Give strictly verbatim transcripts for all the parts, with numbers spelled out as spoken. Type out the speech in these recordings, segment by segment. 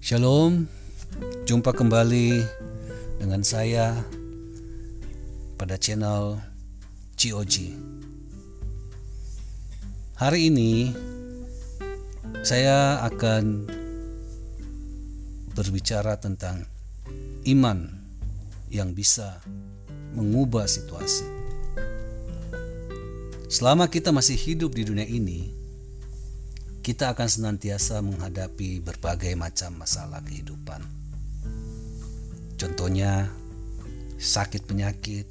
Shalom, jumpa kembali dengan saya pada channel G O G. Hari ini saya akan berbicara tentang iman yang bisa mengubah situasi. Selama kita masih hidup di dunia ini, kita akan senantiasa menghadapi berbagai macam masalah kehidupan. Contohnya, sakit penyakit,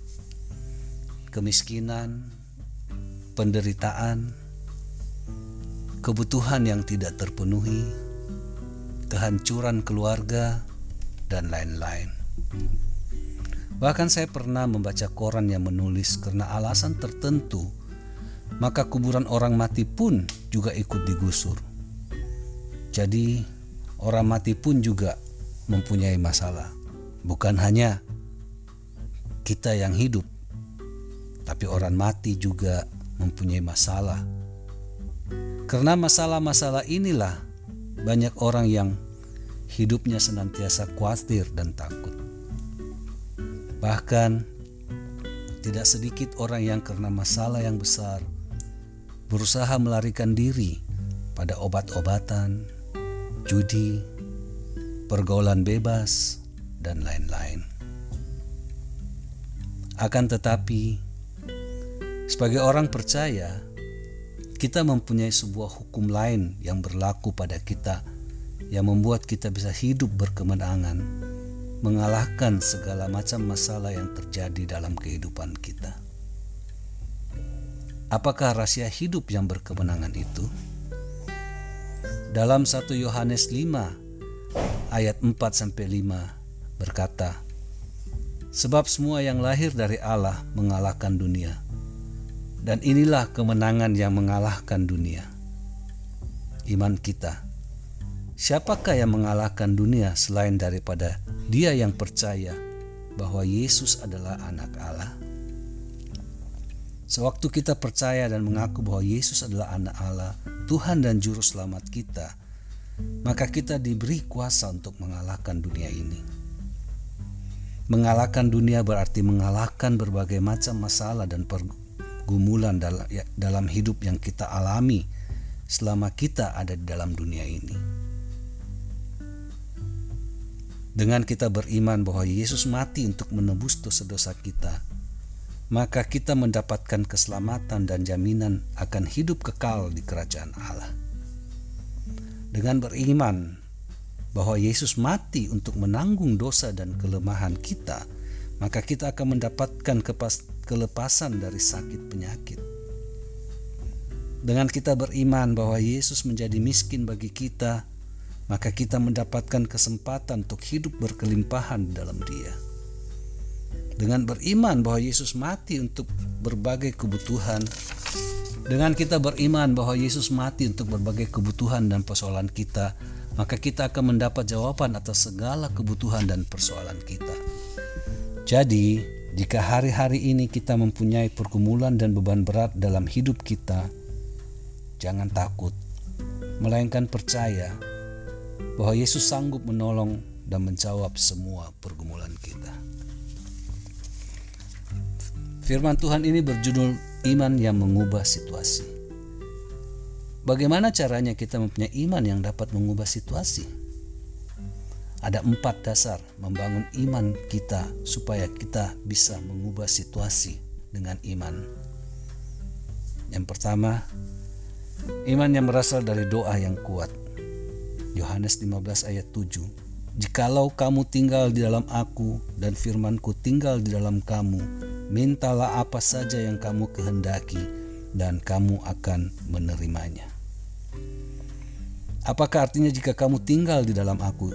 kemiskinan, penderitaan, kebutuhan yang tidak terpenuhi, kehancuran keluarga, dan lain-lain. Bahkan saya pernah membaca koran yang menulis karena alasan tertentu, maka kuburan orang mati pun juga ikut digusur. Jadi orang mati pun juga mempunyai masalah. Bukan hanya kita yang hidup, tapi orang mati juga mempunyai masalah. Karena masalah-masalah inilah banyak orang yang hidupnya senantiasa khawatir dan takut. Bahkan tidak sedikit orang yang karena masalah yang besar berusaha melarikan diri pada obat-obatan, judi, pergaulan bebas, dan lain-lain. Akan tetapi, sebagai orang percaya, kita mempunyai sebuah hukum lain yang berlaku pada kita yang membuat kita bisa hidup berkemenangan, mengalahkan segala macam masalah yang terjadi dalam kehidupan kita. Apakah rahasia hidup yang berkemenangan itu? Dalam satu Yohanes lima ayat empat sampai lima berkata, "Sebab semua yang lahir dari Allah mengalahkan dunia, dan inilah kemenangan yang mengalahkan dunia, iman kita. Siapakah yang mengalahkan dunia selain daripada dia yang percaya bahwa Yesus adalah anak Allah?" Sewaktu kita percaya dan mengaku bahwa Yesus adalah anak Allah, Tuhan dan Juru Selamat kita, maka kita diberi kuasa untuk mengalahkan dunia ini. Mengalahkan dunia berarti mengalahkan berbagai macam masalah dan pergumulan dalam hidup yang kita alami selama kita ada di dalam dunia ini. Dengan kita beriman bahwa Yesus mati untuk menebus dosa-dosa kita, maka kita mendapatkan keselamatan dan jaminan akan hidup kekal di kerajaan Allah. Dengan beriman bahwa Yesus mati untuk menanggung dosa dan kelemahan kita, maka kita akan mendapatkan kelepasan dari sakit penyakit. Dengan kita beriman bahwa Yesus menjadi miskin bagi kita, maka kita mendapatkan kesempatan untuk hidup berkelimpahan dalam Dia. Dengan beriman bahwa Yesus mati untuk berbagai kebutuhan, dengan kita beriman bahwa Yesus mati untuk berbagai kebutuhan dan persoalan kita, maka kita akan mendapat jawaban atas segala kebutuhan dan persoalan kita. Jadi, jika hari-hari ini kita mempunyai pergumulan dan beban berat dalam hidup kita, jangan takut, melainkan percaya bahwa Yesus sanggup menolong dan menjawab semua pergumulan kita. Firman Tuhan ini berjudul iman yang mengubah situasi. Bagaimana caranya kita mempunyai iman yang dapat mengubah situasi? Ada empat dasar membangun iman kita supaya kita bisa mengubah situasi dengan iman. Yang pertama, iman yang berasal dari doa yang kuat. Yohanes lima belas ayat tujuh. "Jikalau kamu tinggal di dalam aku dan firman-Ku tinggal di dalam kamu, mintalah apa saja yang kamu kehendaki dan kamu akan menerimanya." Apakah artinya jika kamu tinggal di dalam aku?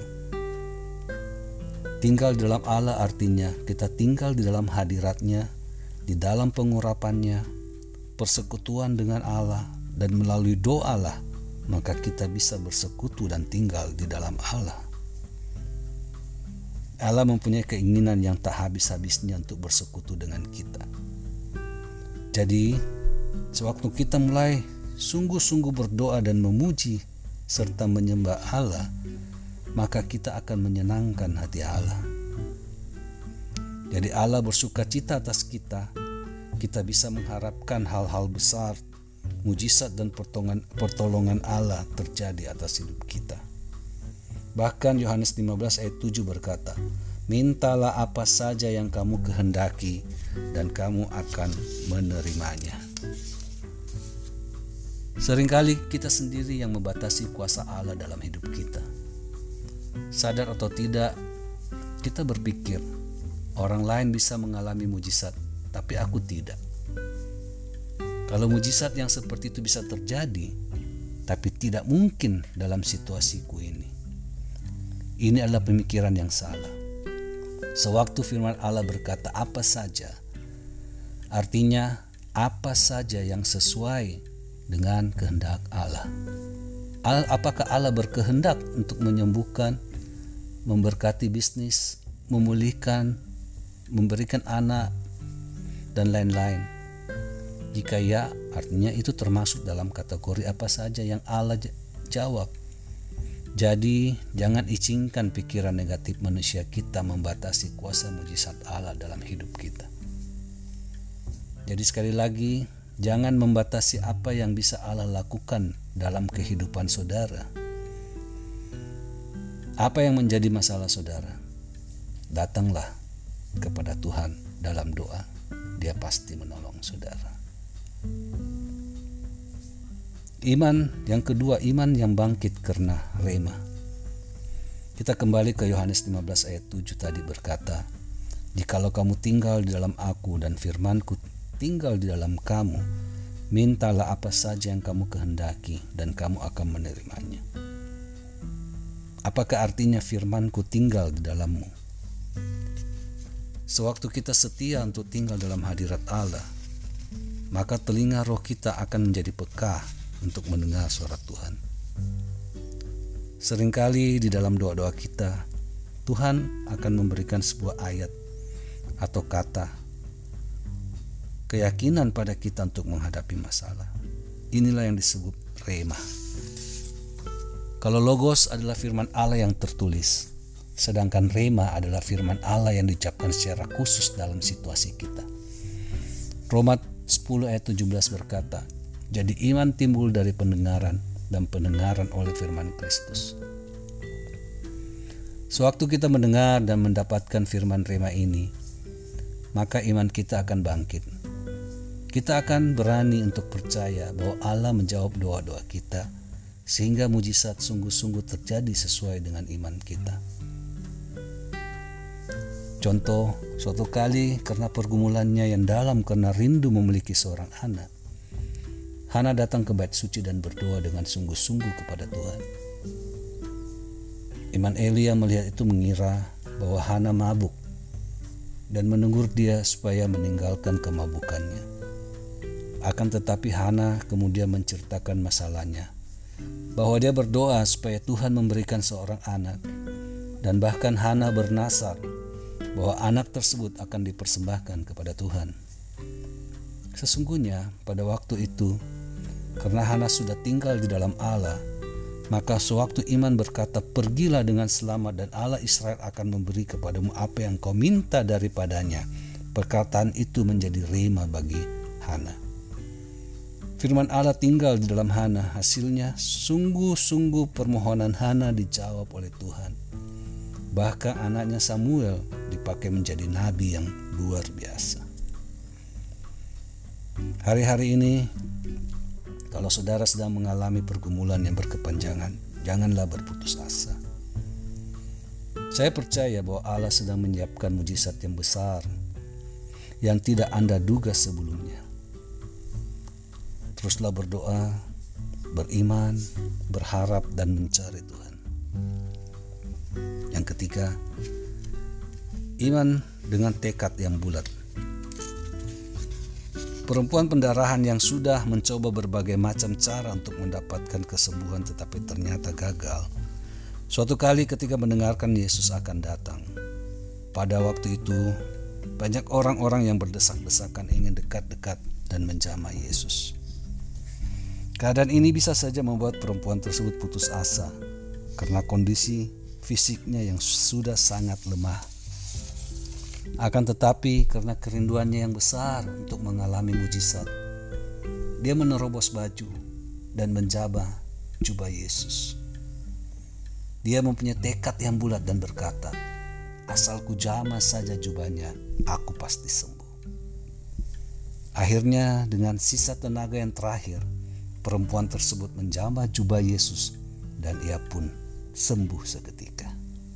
Tinggal di dalam Allah artinya kita tinggal di dalam hadirat-Nya, di dalam pengurapan-Nya, persekutuan dengan Allah, dan melalui doalah maka kita bisa bersekutu dan tinggal di dalam Allah. Allah mempunyai keinginan yang tak habis-habisnya untuk bersekutu dengan kita. Jadi, sewaktu kita mulai sungguh-sungguh berdoa dan memuji serta menyembah Allah, maka kita akan menyenangkan hati Allah. Jadi Allah bersuka cita atas kita. Kita bisa mengharapkan hal-hal besar, mujizat dan pertolongan, pertolongan Allah terjadi atas hidup kita. Bahkan Yohanes lima belas ayat tujuh berkata, mintalah apa saja yang kamu kehendaki dan kamu akan menerimanya. Seringkali kita sendiri yang membatasi kuasa Allah dalam hidup kita. Sadar atau tidak, kita berpikir orang lain bisa mengalami mujizat, tapi aku tidak. Kalau mujizat yang seperti itu bisa terjadi, tapi tidak mungkin dalam situasiku ini. Ini adalah pemikiran yang salah. Sewaktu firman Allah berkata apa saja, artinya apa saja yang sesuai dengan kehendak Allah. Apakah Allah berkehendak untuk menyembuhkan, memberkati bisnis, memulihkan, memberikan anak, dan lain-lain? Jika ya, artinya itu termasuk dalam kategori apa saja yang Allah jawab. Jadi jangan izinkan pikiran negatif manusia kita membatasi kuasa mujizat Allah dalam hidup kita. Jadi sekali lagi, jangan membatasi apa yang bisa Allah lakukan dalam kehidupan saudara. Apa yang menjadi masalah saudara? Datanglah kepada Tuhan dalam doa. Dia pasti menolong saudara. Iman yang kedua, iman yang bangkit karena rema. Kita kembali ke Yohanes lima belas ayat tujuh tadi berkata, jikalau kamu tinggal di dalam aku dan firmanku tinggal di dalam kamu, mintalah apa saja yang kamu kehendaki dan kamu akan menerimanya. Apakah artinya firmanku tinggal di dalammu? Sewaktu kita setia untuk tinggal dalam hadirat Allah, maka telinga roh kita akan menjadi peka untuk mendengar suara Tuhan. Seringkali di dalam doa-doa kita, Tuhan akan memberikan sebuah ayat atau kata keyakinan pada kita untuk menghadapi masalah. Inilah yang disebut rema. Kalau logos adalah firman Allah yang tertulis, sedangkan rema adalah firman Allah yang diucapkan secara khusus dalam situasi kita. Roma sepuluh ayat tujuh belas berkata, jadi iman timbul dari pendengaran dan pendengaran oleh firman Kristus. Sewaktu kita mendengar dan mendapatkan firman rema ini, maka iman kita akan bangkit. Kita akan berani untuk percaya bahwa Allah menjawab doa-doa kita, sehingga mujizat sungguh-sungguh terjadi sesuai dengan iman kita. Contoh, suatu kali karena pergumulannya yang dalam karena rindu memiliki seorang anak, Hana datang ke bait suci dan berdoa dengan sungguh-sungguh kepada Tuhan. Iman Elia melihat itu mengira bahwa Hana mabuk dan menegur dia supaya meninggalkan kemabukannya. Akan tetapi Hana kemudian menceritakan masalahnya, bahwa dia berdoa supaya Tuhan memberikan seorang anak, dan bahkan Hana bernasar bahwa anak tersebut akan dipersembahkan kepada Tuhan. Sesungguhnya pada waktu itu, karena Hana sudah tinggal di dalam Allah, maka sewaktu iman berkata, pergilah dengan selamat dan Allah Israel akan memberi kepadamu apa yang kau minta daripadanya. Perkataan itu menjadi rema bagi Hana. Firman Allah tinggal di dalam Hana, hasilnya sungguh-sungguh permohonan Hana dijawab oleh Tuhan. Bahkan anaknya Samuel dipakai menjadi nabi yang luar biasa. Hari-hari ini, kalau saudara sedang mengalami pergumulan yang berkepanjangan, janganlah berputus asa. Saya percaya bahwa Allah sedang menyiapkan mujizat yang besar yang tidak Anda duga sebelumnya. Teruslah berdoa, beriman, berharap, dan mencari Tuhan. Yang ketiga, iman dengan tekad yang bulat. Perempuan pendarahan yang sudah mencoba berbagai macam cara untuk mendapatkan kesembuhan tetapi ternyata gagal. Suatu kali ketika mendengarkan Yesus akan datang. Pada waktu itu, banyak orang-orang yang berdesak-desakan ingin dekat-dekat dan menjamah Yesus. Keadaan ini bisa saja membuat perempuan tersebut putus asa karena kondisi fisiknya yang sudah sangat lemah. Akan tetapi karena kerinduannya yang besar untuk mengalami mujizat, dia menerobos baju dan menjabah jubah Yesus. Dia mempunyai tekad yang bulat dan berkata, asal ku jamah saja jubahnya, aku pasti sembuh. Akhirnya dengan sisa tenaga yang terakhir, perempuan tersebut menjamah jubah Yesus dan ia pun sembuh seketika.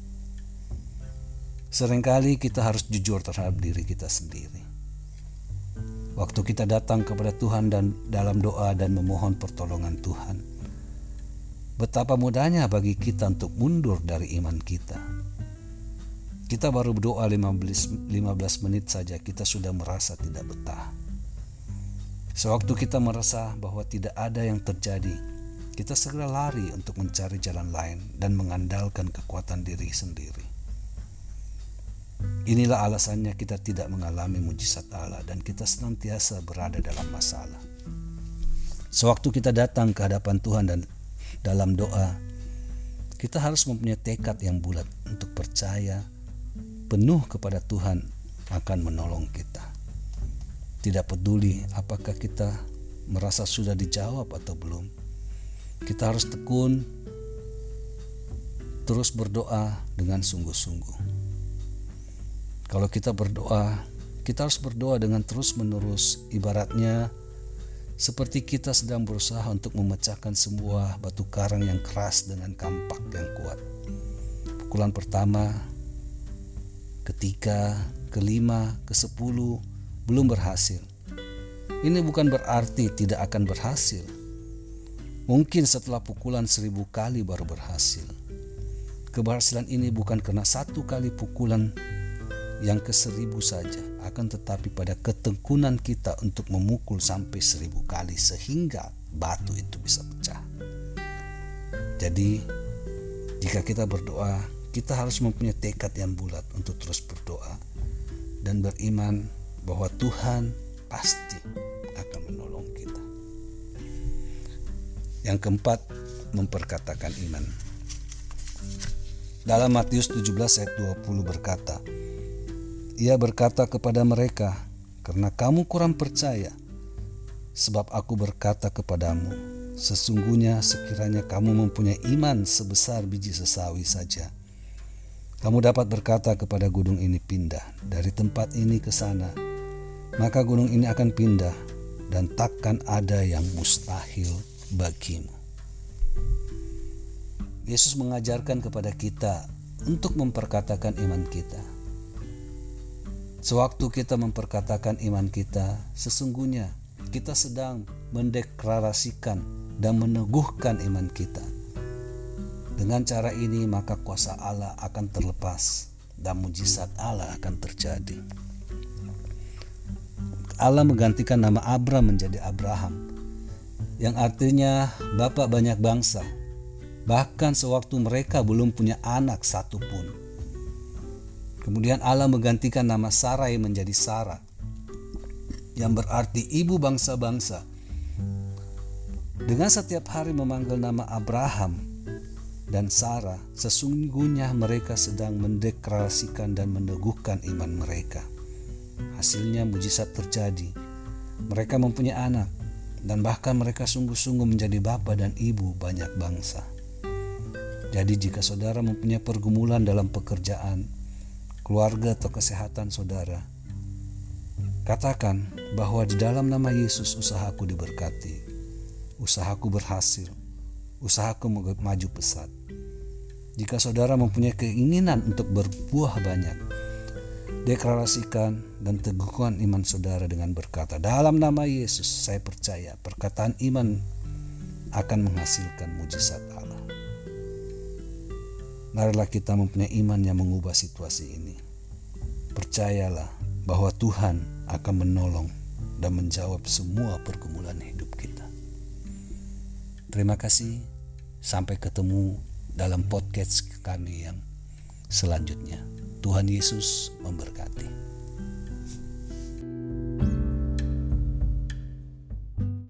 Seringkali kita harus jujur terhadap diri kita sendiri. Waktu kita datang kepada Tuhan dan dalam doa dan memohon pertolongan Tuhan, betapa mudahnya bagi kita untuk mundur dari iman kita. Kita baru berdoa lima belas menit saja kita sudah merasa tidak betah. Sewaktu kita merasa bahwa tidak ada yang terjadi, kita segera lari untuk mencari jalan lain dan mengandalkan kekuatan diri sendiri. Inilah alasannya kita tidak mengalami mujizat Allah dan kita senantiasa berada dalam masalah. Sewaktu kita datang ke hadapan Tuhan dan dalam doa, kita harus mempunyai tekad yang bulat untuk percaya penuh kepada Tuhan akan menolong kita. Tidak peduli apakah kita merasa sudah dijawab atau belum, kita harus tekun terus berdoa dengan sungguh-sungguh. Kalau kita berdoa, kita harus berdoa dengan terus-menerus, ibaratnya seperti kita sedang berusaha untuk memecahkan sebuah batu karang yang keras dengan kampak yang kuat. Pukulan pertama, ketiga, kelima, kesepuluh belum berhasil. Ini bukan berarti tidak akan berhasil. Mungkin setelah pukulan seribu kali baru berhasil. Keberhasilan ini bukan karena satu kali pukulan yang ke seribu saja, akan tetapi pada ketekunan kita untuk memukul sampai seribu kali sehingga batu itu bisa pecah. Jadi jika kita berdoa, kita harus mempunyai tekad yang bulat untuk terus berdoa dan beriman bahwa Tuhan pasti akan menolong kita. Yang keempat, memperkatakan iman. Dalam Matius tujuh belas ayat dua puluh berkata, ia berkata kepada mereka, karena kamu kurang percaya, sebab aku berkata kepadamu, sesungguhnya sekiranya kamu mempunyai iman sebesar biji sesawi saja, kamu dapat berkata kepada gunung ini pindah dari tempat ini ke sana, maka gunung ini akan pindah dan takkan ada yang mustahil bagimu. Yesus mengajarkan kepada kita untuk memperkatakan iman kita. Sewaktu kita memperkatakan iman kita, sesungguhnya kita sedang mendeklarasikan dan meneguhkan iman kita. Dengan cara ini maka kuasa Allah akan terlepas dan mujizat Allah akan terjadi. Allah menggantikan nama Abram menjadi Abraham, yang artinya Bapa banyak bangsa, bahkan sewaktu mereka belum punya anak satupun. Kemudian Allah menggantikan nama Sarai menjadi Sarah, yang berarti ibu bangsa-bangsa. Dengan setiap hari memanggil nama Abraham dan Sarah, sesungguhnya mereka sedang mendeklarasikan dan meneguhkan iman mereka. Hasilnya mujizat terjadi. Mereka mempunyai anak dan bahkan mereka sungguh-sungguh menjadi bapa dan ibu banyak bangsa. Jadi jika saudara mempunyai pergumulan dalam pekerjaan, keluarga atau kesehatan saudara, katakan bahwa di dalam nama Yesus usahaku diberkati, usahaku berhasil, usahaku maju pesat. Jika saudara mempunyai keinginan untuk berbuah banyak, deklarasikan dan teguhkan iman saudara dengan berkata, dalam nama Yesus saya percaya perkataan iman akan menghasilkan mujizat Allah. Marilah kita mempunyai iman yang mengubah situasi ini. Percayalah bahwa Tuhan akan menolong dan menjawab semua pergumulan hidup kita. Terima kasih. Sampai ketemu dalam podcast kami yang selanjutnya. Tuhan Yesus memberkati.